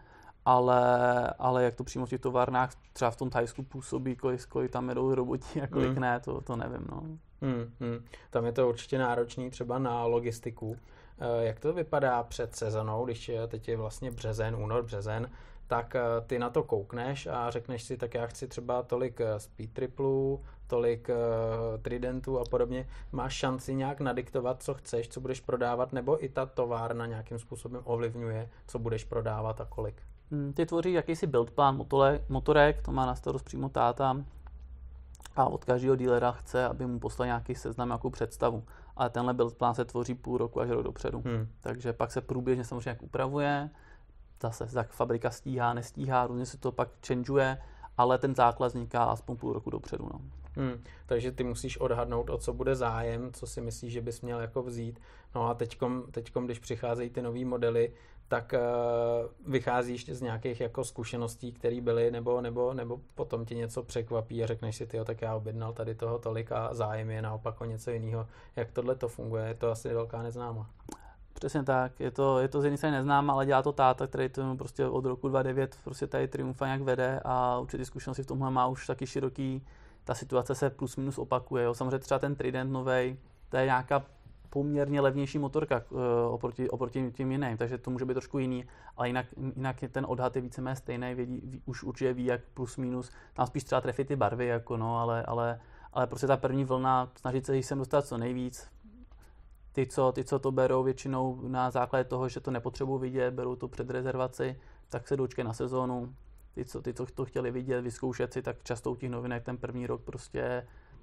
Speaker 2: ale jak to přímo v těch továrnách třeba v tom Thajsku působí, kolik tam jedou roboti a kolik ne, to nevím. No.
Speaker 1: Tam je to určitě náročný třeba na logistiku. Jak to vypadá před sezonou, když teď je vlastně únor-březen, tak ty na to koukneš a řekneš si, tak já chci třeba tolik speed triplů, tolik tridentů a podobně. Máš šanci nějak nadiktovat, co chceš, co budeš prodávat, nebo i ta továrna nějakým způsobem ovlivňuje, co budeš prodávat a kolik?
Speaker 2: Ty tvoří jakýsi build plán motorek, to má na starost přímo táta a od každého dealera chce, aby mu poslal nějaký seznam, nějakou představu. Ale tenhle build plán se tvoří půl roku až rok dopředu. Takže pak se průběžně samozřejmě jak upravuje, zase tak fabrika stíhá, nestíhá, různě se to pak changeuje, ale ten základ vzniká aspoň půl roku dopředu. No.
Speaker 1: Takže ty musíš odhadnout, o co bude zájem, co si myslíš, že bys měl jako vzít. No a teďkom, když přicházejí ty nový modely, tak vycházíš z nějakých jako zkušeností, které byly, nebo potom ti něco překvapí a řekneš si, tyjo, tak já objednal tady toho tolik a zájem je naopak o něco jiného. Jak tohle to funguje? Je to asi velká neznáma.
Speaker 2: Přesně tak, je to z jedné strany neznámá, ale dělá to táta, který to prostě od roku 2009 prostě tady Triumpha nějak vede a určitě zkušenosti v tomhle má už taky široký. Ta situace se plus minus opakuje. Jo. Samozřejmě třeba ten Trident novej, to je nějaká poměrně levnější motorka oproti těm jiným, takže to může být trošku jiný, ale jinak ten odhad je víceméně stejný, už určitě ví, jak plus minus, tam spíš třeba trefí ty barvy, jako no, ale prostě ta první vlna, snažit se sem dostat co nejvíc. Ty, co to berou většinou na základě toho, že to nepotřebují vidět, berou to před rezervaci, tak se dočkají na sezónu. Ty, co to chtěli vidět, vyzkoušet si, tak často u těch novinek ten první rok prostě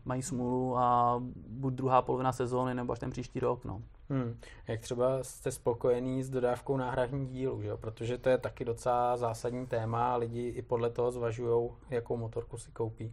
Speaker 2: mají smůlu a buď druhá polovina sezóny, nebo až ten příští rok. No.
Speaker 1: Jak třeba jste spokojený s dodávkou náhradních dílů, že jo? Protože to je taky docela zásadní téma a lidi i podle toho zvažují, jakou motorku si koupí.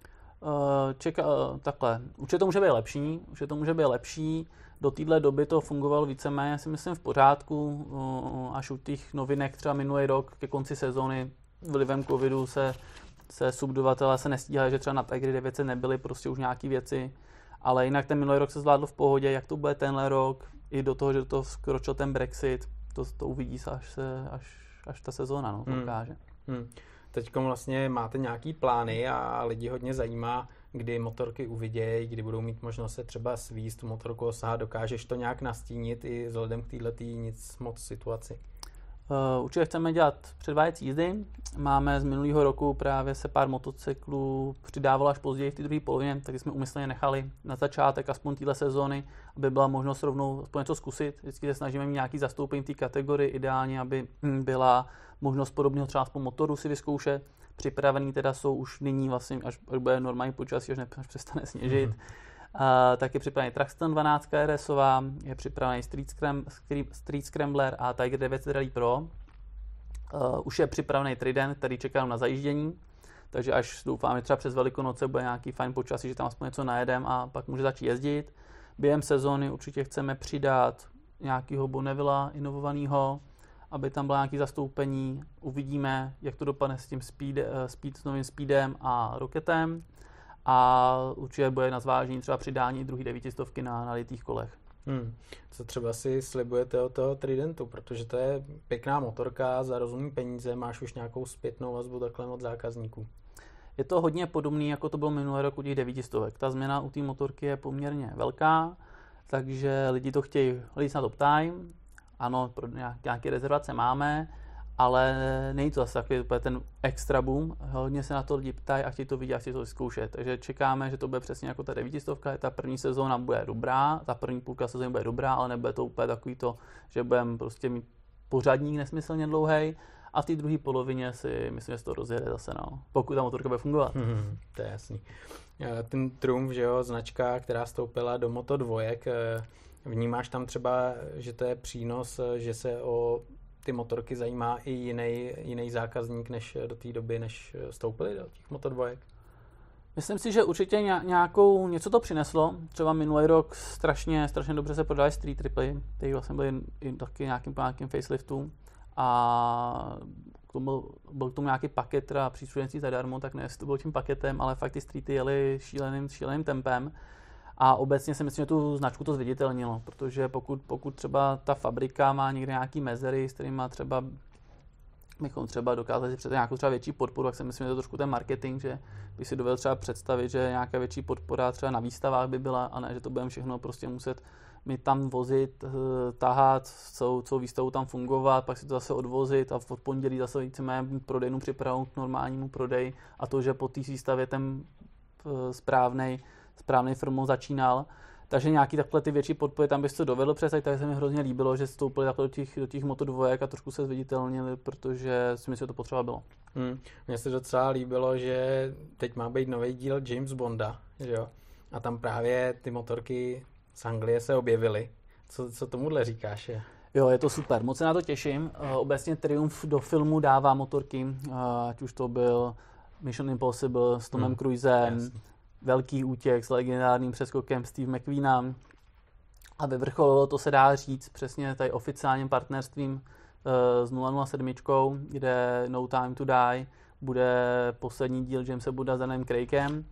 Speaker 2: Takhle, určitě to může být lepší, do téhle doby to fungovalo víceméně, si myslím, v pořádku, až u těch novinek třeba minulý rok ke konci sezóny vlivem covidu se subdodavatelé se nestíhali, že třeba na Tiger 900 nebyly prostě už nějaký věci, ale jinak ten minulý rok se zvládl v pohodě, jak to bude tenhle rok, i do toho, že to vkročil ten Brexit, to uvidí se až ta sezóna, no, to ukáže.
Speaker 1: Teďkom vlastně máte nějaký plány a lidi hodně zajímá, kdy motorky uvidějí, kdy budou mít možnost se třeba svízt tu motorku osahat. Dokážeš to nějak nastínit i vzhledem k této nic moc situaci?
Speaker 2: Určitě chceme dělat předváděcí jízdy. Máme z minulého roku právě se pár motocyklů přidávalo až později v té druhé polovině, takže jsme úmyslně nechali na začátek aspoň téhle sezóny, aby byla možnost rovnou aspoň něco zkusit. Vždycky se snažíme mít nějaký zastoupení v té kategorii, ideálně, aby byla možnost podobného třeba aspoň motoru si vyzkoušet. Připravený teda jsou už nyní vlastně, až bude normální počasí, až přestane sněžit. Tak je připravený Traxton 12 RSová, je připravený Street Scrambler a Tiger 900 Rally Pro. Už je připravený Trident, který čeká na zajíždění, takže až doufám, třeba přes Velikonoce bude nějaký fajn počasí, že tam aspoň něco najedem a pak může začít jezdit. Během sezóny určitě chceme přidat nějakého Bonnevilla inovovaného, aby tam bylo nějaké zastoupení. Uvidíme, jak to dopadne s tím s novým Speedem a Rocketem. A určitě bude na zvážení třeba přidání druhý 900 na nalitých kolech.
Speaker 1: Co třeba si slibujete od toho Tridentu, protože to je pěkná motorka za rozumný peníze, máš už nějakou zpětnou vazbu takhle od zákazníků.
Speaker 2: Je to hodně podobný, jako to bylo minulý rok u těch 900. Ta změna u té motorky je poměrně velká, takže lidi se na to ptají. Ano, pro nějaké rezervace máme, ale není to zase takový ten extra boom. Hodně se na to lidi ptají a chtějí to vidět a chtějí to vyzkoušet. Takže čekáme, že to bude přesně jako ta 900. Ta první sezóna bude dobrá, ta první půlka sezóny bude dobrá, ale nebude to úplně takový to, že budeme prostě mít pořadník nesmyslně dlouhý. A v té druhé polovině si myslím, že se to rozjede zase, no, pokud ta motorka bude fungovat.
Speaker 1: To je jasný. Ten Triumph, že jo, značka, která vstoupila do Moto2, vnímáš tam třeba, že to je přínos, že se o ty motorky zajímá i jiný zákazník než do té doby, než vstoupili do těch Moto2?
Speaker 2: Myslím si, že určitě něco to přineslo. Třeba minulý rok strašně dobře se prodali Street Triple, který vlastně byly i taky nějakým faceliftu. A byl k tomu nějaký paket, teda příslušenství zadarmo, tak ne, to bylo tím paketem, ale fakt ty streety jeli šíleným tempem. A obecně si myslím, že tu značku to zviditelnilo, protože pokud třeba ta fabrika má někde nějaký mezery, s kterými bychom třeba dokázali před nějakou třeba větší podporu, tak si myslím, že to je trošku ten marketing, že bych si dovedl třeba představit, že nějaká větší podpora třeba na výstavách by byla, a ne, že to budeme všechno prostě muset my tam vozit, tahat, celou výstavu tam fungovat, pak si to zase odvozit a od pondělí zase víceméně mít prodejnu připravenou k normálnímu prodeji a to, že po té výstavě ten správný firmou začínal. Takže nějaký takhle ty větší podpory tam bys to dovedl představit, takže se mi hrozně líbilo, že vstoupili takhle do těch Moto2 a trošku se zviditelnili, protože si myslím, že to potřeba bylo.
Speaker 1: Mně se docela líbilo, že teď má být nový díl James Bonda, že jo? A tam právě ty motorky z Anglie se objevily. Co tomuhle říkáš?
Speaker 2: Jo, je to super, moc se na to těším. Obecně Triumph do filmu dává motorky, ať už to byl Mission Impossible s Tomem Cruisem, Velký útěk s legendárním přeskokem Steve McQueena a vyvrcholilo to se dá říct přesně tady oficiálním partnerstvím s 007, kde No Time to Die bude poslední díl Jamesa Bonda s Danielem Craigem.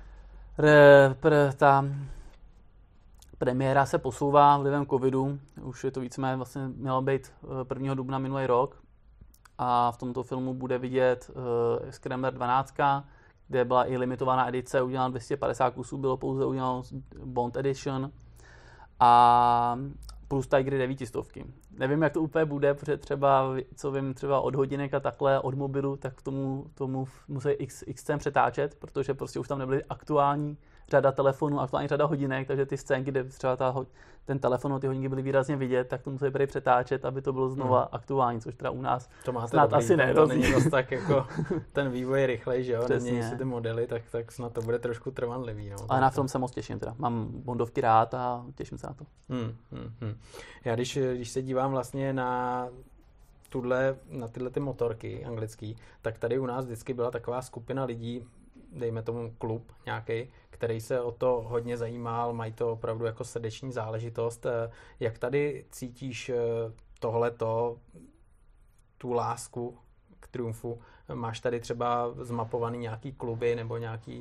Speaker 2: Ta premiéra se posouvá vlivem covidu, už je to víceméně vlastně mělo být 1. dubna minulý rok a v tomto filmu bude vidět Scrambler 12, kde byla i limitovaná edice, udělala 250 kusů, bylo pouze uděláno Bond Edition a plus Tiger 900. Nevím, jak to úplně bude, protože třeba, co vím, třeba od hodinek a takhle, od mobilu, tak tomu musí XC přetáčet, protože prostě už tam nebyly aktuální řada telefonů, aktuálně řada hodinek, takže ty scénky, kde třeba ten telefon, ty hodinky byly výrazně vidět, tak to museli tady přetáčet, aby to bylo znova aktuální, což teda u nás
Speaker 1: to máte
Speaker 2: snad
Speaker 1: dobrý,
Speaker 2: asi ne.
Speaker 1: To není dost tak jako ten vývoj je rychlej, že jo,
Speaker 2: Přesně.
Speaker 1: nemění si ty modely, tak snad to bude trošku trvanlivý. No.
Speaker 2: Ale na film se moc těším teda, mám Bondovky rád a těším se na to.
Speaker 1: Já když se dívám vlastně na tyhle ty motorky anglický, tak tady u nás vždycky byla taková skupina lidí, dejme tomu klub nějaký, který se o to hodně zajímal, mají to opravdu jako srdeční záležitost. Jak tady cítíš tohleto, tu lásku k triumfu? Máš tady třeba zmapovaný nějaký kluby nebo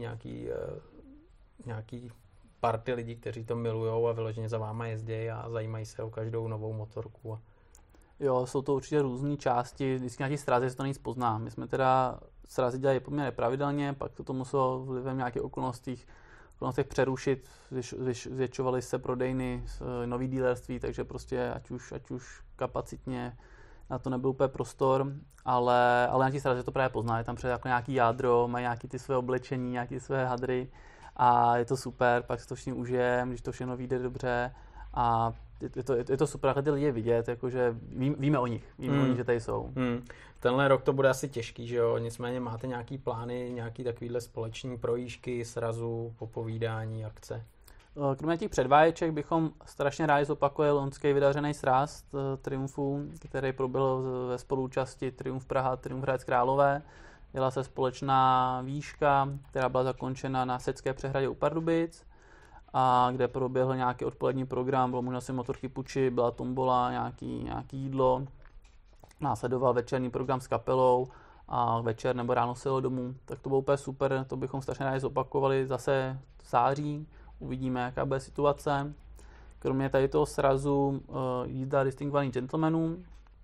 Speaker 1: nějaký party lidí, kteří to milujou a vyloženě za váma jezdí a zajímají se o každou novou motorku?
Speaker 2: Jo, jsou to určitě různé části, vždycky nějaký srázy se to nejvíc pozná. My jsme teda srázy dělali poměrně pravidelně, pak to muselo vlivem nějakých okolnostech přerušit, zvětšovaly se prodejny, nový dealerství, takže prostě ať už kapacitně na to nebyl úplně prostor, ale na těch srazích to právě pozná, je tam před jako nějaký jádro, mají nějaký ty své oblečení, nějaký své hadry a je to super, pak si to všichni užijem, když to všechno vyjde dobře a je to super, jak ty lidi vidět, jakože víme o nich, že tady jsou.
Speaker 1: Tenhle rok to bude asi těžký, že jo? Nicméně máte nějaký plány, nějaký takovýhle společní projížďky, srazu, popovídání, akce?
Speaker 2: Kromě těch předváječek bychom strašně rádi zopakovali loňský vydařený sraz Triumfu, který proběhl ve spoluúčasti Triumf Praha, Triumf Hradec Králové. Dělala se společná výška, která byla zakončena na Secké přehradě u Pardubic, a kde proběhl nějaký odpolední program, bylo možná si motorky puči, byla tombola, nějaký jídlo. Následoval večerní program s kapelou a večer nebo ráno se jelo domů. Tak to bylo úplně super, to bychom strašně rádi zopakovali zase v září. Uvidíme, jaká bude situace. Kromě tady toho srazu jízda Distingovaných gentlemanů,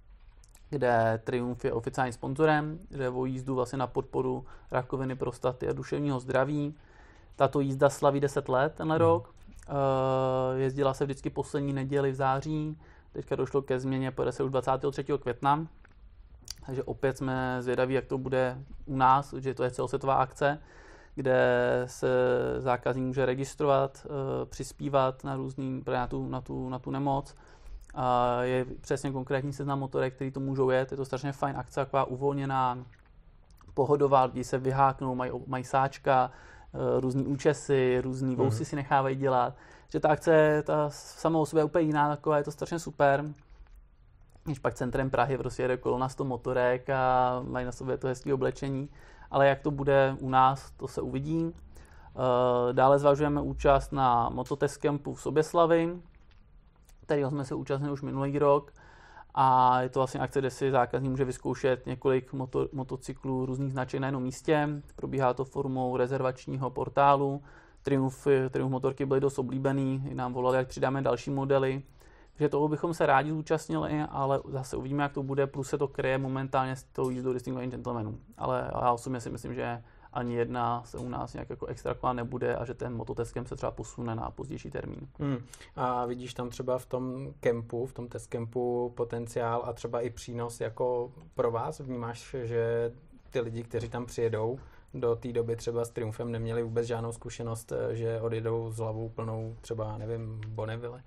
Speaker 2: kde Triumf je oficiálním sponzorem, jde o jízdu vlastně na podporu rakoviny prostaty a duševního zdraví. Tato jízda slaví 10 let tenhle rok. Jezdila se vždycky poslední neděli v září. Teďka došlo ke změně, pojede se už 23. května. Takže opět jsme zvědaví, jak to bude u nás, že to je celosvětová akce, kde se zákazník může registrovat, přispívat na různý, na tu nemoc. A je přesně konkrétní seznam motorek, který to můžou jet. Je to strašně fajn akce, taková uvolněná, pohodová, lidi se vyháknou, mají sáčka, různý účesy, různý vousy si nechávají dělat. Že ta akce ta sama o sobě je úplně jiná, taková, je to strašně super. Když pak centrem Prahy prostě jede kolona 100 motorek a mají na sobě to hezké oblečení. Ale jak to bude u nás, to se uvidí. Dále zvažujeme účast na Mototest Campu v Soběslavi, kterého jsme se účastnili už minulý rok. A je to vlastně akce, kde si zákazník může vyzkoušet několik motocyklů různých značek na jednom místě. Probíhá to formou rezervačního portálu. Triumf motorky byly dost oblíbený, nám volali, jak přidáme další modely. Takže toho bychom se rádi zúčastnili, ale zase uvidíme, jak to bude, plus se to kryje momentálně s tou jízdou Distingovaných gentlemanů. Ale já osobně si myslím, že ani jedna se u nás nějak jako extra nebude a že ten mototeskem se třeba posune na pozdější termín.
Speaker 1: A vidíš tam třeba v tom kempu, v tom test kempu potenciál a třeba i přínos jako pro vás? Vnímáš, že ty lidi, kteří tam přijedou, do té doby třeba s Triumfem neměli vůbec žádnou zkušenost, že odjedou s hlavou plnou třeba, nevím, Bonneville?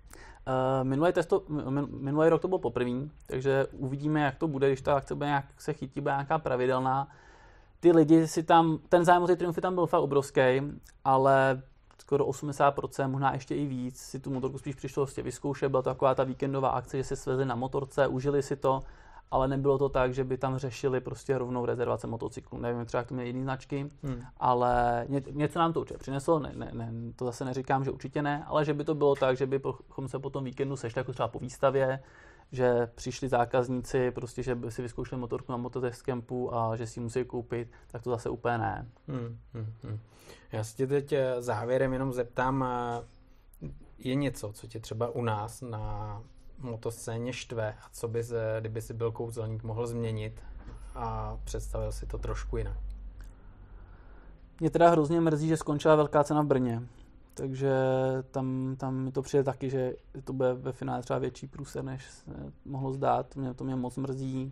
Speaker 2: Minulý rok to bylo poprvé, takže uvidíme, jak to bude, když ta akce bude nějak se chytí, bude nějaká pravidelná. Ty lidi si tam, ten zájem o ty Triumfy tam byl fakt obrovský, ale skoro 80%, možná ještě i víc, si tu motorku spíš přišlo vyzkoušet, byla to taková ta víkendová akce, že si svezli na motorce, užili si to, ale nebylo to tak, že by tam řešili prostě rovnou rezervace motocyklu. Nevím, třeba jak to měli jiný značky, ale něco nám to určitě přineslo, to zase neříkám, že určitě ne, ale že by to bylo tak, že bychom se po tom víkendu sešli jako třeba po výstavě, že přišli zákazníci, prostě, že by si vyzkoušeli motorku na Mototest Campu a že si ji musí koupit, tak to zase úplně ne.
Speaker 1: Já se tě teď závěrem jenom zeptám, je něco, co tě třeba u nás na motoscéně štve a co bys, kdyby si byl kouzelník, mohl změnit a představil si to trošku jinak?
Speaker 2: Mě teda hrozně mrzí, že skončila velká cena v Brně. Takže tam mi to přijde taky, že to bude ve finále třeba větší průser, než se mohlo zdát. To mě moc mrzí.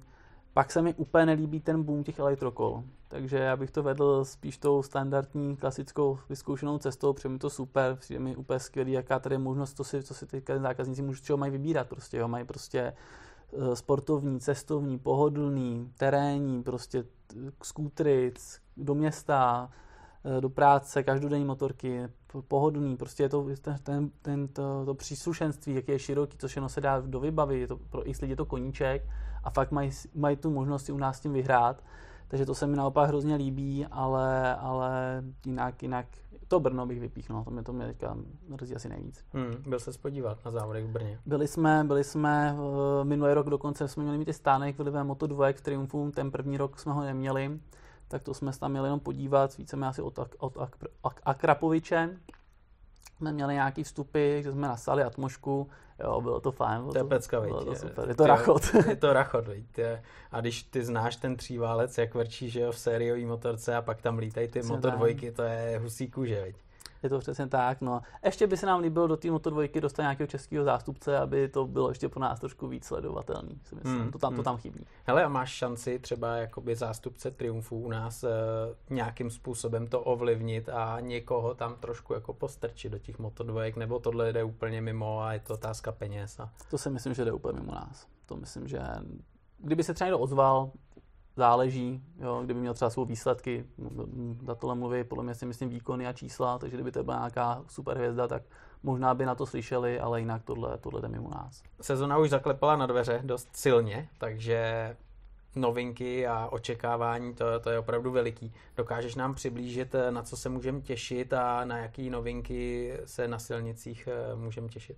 Speaker 2: Pak se mi úplně nelíbí ten boom těch elektrokol, takže já bych to vedl spíš tou standardní, klasickou vyzkoušenou cestou, protože mi to super, přijde mi úplně skvělý, jaká tady je možnost, co si ty zákazníci můžou, čeho mají vybírat prostě, jo, mají prostě sportovní, cestovní, pohodlný, terénní, prostě skútry do města, do práce, každodenní motorky, pohodlný, prostě je to to příslušenství, jak je široký, co všechno se dá do vybavy, je to, pro x lidí je to koníček a fakt mají tu možnost si u nás s tím vyhrát, takže to se mi naopak hrozně líbí, ale jinak to Brno bych vypíchnul, to mě teďka mrzí asi nejvíc.
Speaker 1: Byl se podívat na závodech v Brně?
Speaker 2: Byli jsme minulý rok dokonce, jsme měli mít i stánek vlivem Moto2 v Triumfu, ten první rok jsme ho neměli, tak to jsme se tam měli jenom podívat, víceméně asi od Akrapoviče. Jsme měli nějaký vstupy, že jsme nasali atmošku, jo, bylo to fajn.
Speaker 1: To je pecka,
Speaker 2: bylo to super, je to rachot.
Speaker 1: Je to rachot, a když ty znáš ten tříválec, jak vrčí, že jo, v sériový motorce a pak tam lítají ty Moto2, to je husí kůže, viď? Je
Speaker 2: to přesně tak, no. Ještě by se nám líbilo do té Moto2 dostat nějakého českého zástupce, aby to bylo ještě pro nás trošku víc sledovatelný, si myslím. To tam chybí.
Speaker 1: Hele, a máš šanci třeba jakoby zástupce Triumfu u nás nějakým způsobem to ovlivnit a někoho tam trošku jako postrčit do těch Moto2, nebo tohle jde úplně mimo a je to otázka peněz?
Speaker 2: To si myslím, že jde úplně mimo nás. To myslím, že kdyby se třeba někdo ozval, záleží, jo, kdyby měl třeba svou výsledky, za tohle mluví podle mě si myslím výkony a čísla, takže kdyby to byla nějaká super hvězda, tak možná by na to slyšeli, ale jinak tohle jde mimo nás.
Speaker 1: Sezona už zaklepala na dveře dost silně, takže novinky a očekávání, to je opravdu veliký. Dokážeš nám přiblížit, na co se můžeme těšit a na jaký novinky se na silnicích můžeme těšit?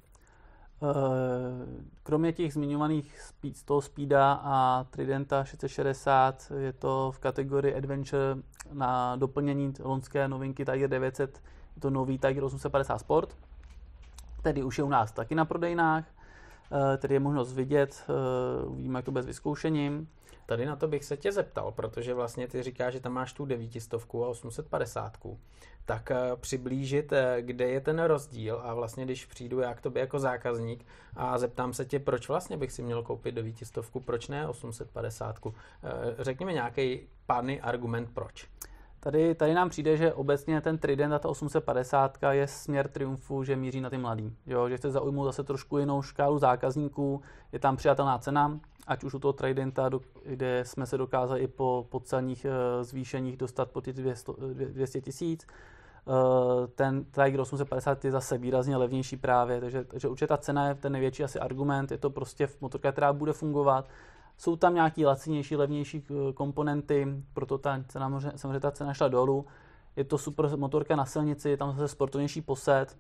Speaker 2: Kromě těch zmiňovaných toho Speeda a Tridenta 660 je to v kategorii Adventure na doplnění loňské novinky Tiger 900, je to nový Tiger 850 Sport, tedy už je u nás taky na prodejnách, tedy je možnost vidět, uvidíme, jak to bude s vyzkoušením.
Speaker 1: Tady na to bych se tě zeptal, protože vlastně ty říkáš, že tam máš tu 900 a 850. Tak přiblížit, kde je ten rozdíl a vlastně když přijdu já k tobě jako zákazník a zeptám se tě, proč vlastně bych si měl koupit 900, proč ne 850. Řekni mi nějaký pádný argument, proč.
Speaker 2: Tady nám přijde, že obecně ten Trident a ta 850 je směr Triumfu, že míří na ty mladý. Jo, že chce zaujmout zase trošku jinou škálu zákazníků, je tam přijatelná cena, ať už u toho Tridenta, kde jsme se dokázali i po celních zvýšeních dostat po ty 200 tisíc. Ten Tiger 850 je zase výrazně levnější právě, takže určitě ta cena je ten největší asi argument, je to prostě motorka, která bude fungovat. Jsou tam nějaký lacinější, levnější komponenty, proto samozřejmě ta cena šla dolů. Je to super motorka na silnici, je tam zase sportovnější posed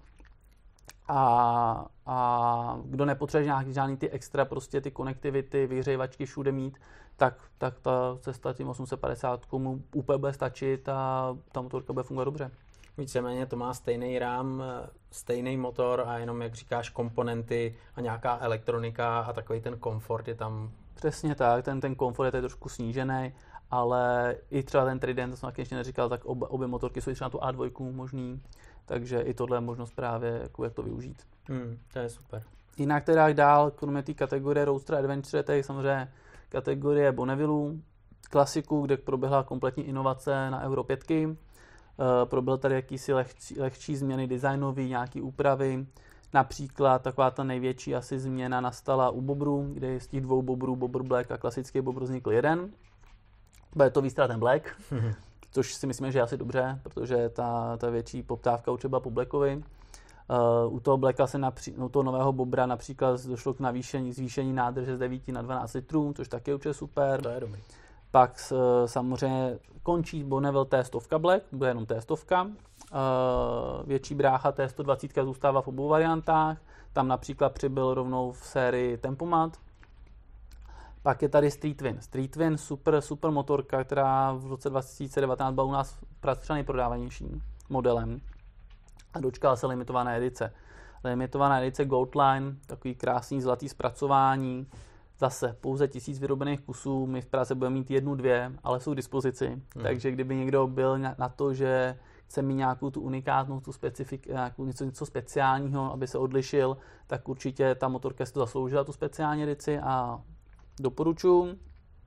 Speaker 2: a kdo nepotřebuje žádný ty extra, prostě ty konektivity, vyhřívačky všude mít, tak ta cesta tím 850 mu úplně bude stačit a ta motorka bude fungovat dobře.
Speaker 1: Víceméně to má stejný rám, stejný motor a jenom, jak říkáš, komponenty a nějaká elektronika a takový ten komfort je tam.
Speaker 2: Přesně tak, ten komfort je tady trošku snížený, ale i třeba ten Trident, to jsem taky ještě neříkal, tak obě motorky jsou třeba na tu A2 možný, takže i tohle je možnost právě, jak to využít.
Speaker 1: To je super.
Speaker 2: Jinak teda dál, kromě té kategorie Roadster Adventure, tady samozřejmě kategorie Bonneville, klasiku, kde proběhla kompletní inovace na Euro 5. Proběhl tady jakýsi lehčí změny designový, nějaký úpravy. Například taková ta největší asi změna nastala u Bobru, kde z těch dvou Bobrů, Bobr Black a klasický Bobr, vznikl jeden. Bude to víc ten Black, což si myslíme, že je asi dobře, protože ta větší poptávka už byla po Blackovi. U toho Blacka se u toho nového Bobra například došlo k zvýšení nádrže z 9 na 12 litrů, což taky je super.
Speaker 1: To je dobrý.
Speaker 2: Pak samozřejmě končí Bonneville T100 Black, bude jenom T100. Větší brácha T120 zůstává v obou variantách. Tam například přibyl rovnou v sérii Tempomat. Pak je tady Street Twin. Street Twin, super motorka, která v roce 2019 byla u nás třeba nejprodávanějším modelem. A dočkala se limitované edice. Limitovaná edice Goldline, takový krásný zlatý zpracování. Zase pouze 1000 vyrobených kusů, my v Praze budeme mít 1, 2, ale jsou k dispozici. Takže kdyby někdo byl na to, že chce mít nějakou tu unikátnou, něco speciálního, aby se odlišil, tak určitě ta motorka si to zasloužila, tu speciální edici a doporučuji.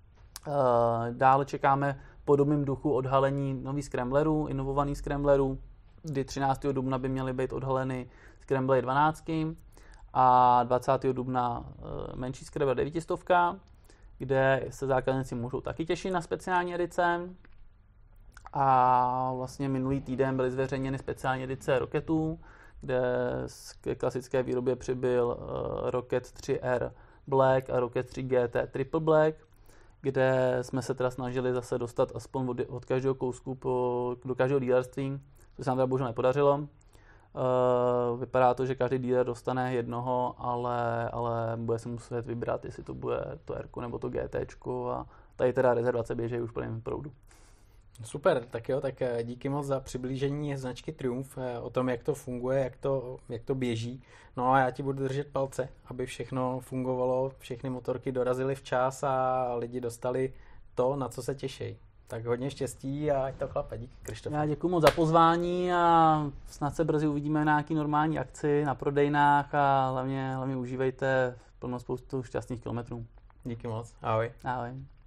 Speaker 2: Dále čekáme v podobném duchu odhalení nových scramblerů, inovovaných scramblerů, kdy 13. dubna by měly být odhaleny Scrambler 12 a 20. dubna menší Scrambler 900, kde se zákazníci můžou taky těšit na speciální edice. A vlastně minulý týden byly zveřejněny speciální edice Rocketů, kde k klasické výrobě přibyl Rocket 3R Black a Rocket 3 GT Triple Black, kde jsme se teda snažili zase dostat aspoň od každého kousku do každého dealerství, což se nám teda bohužel nepodařilo. Vypadá to, že každý dealer dostane jednoho, ale bude si muset vybrat, jestli to bude to R nebo to GT, a tady teda rezervace běží už plným proudu.
Speaker 1: Super, tak jo, tak díky moc za přiblížení značky Triumph, o tom, jak to funguje, jak to běží. No a já ti budu držet palce, aby všechno fungovalo, všechny motorky dorazily včas a lidi dostali to, na co se těší. Tak hodně štěstí a ať to klape. Díky, Krištofe.
Speaker 2: Já děkuji moc za pozvání a snad se brzy uvidíme na nějaký normální akci, na prodejnách a hlavně užívejte plnou spoustu šťastných kilometrů.
Speaker 1: Díky moc. Ahoj.
Speaker 2: Ahoj.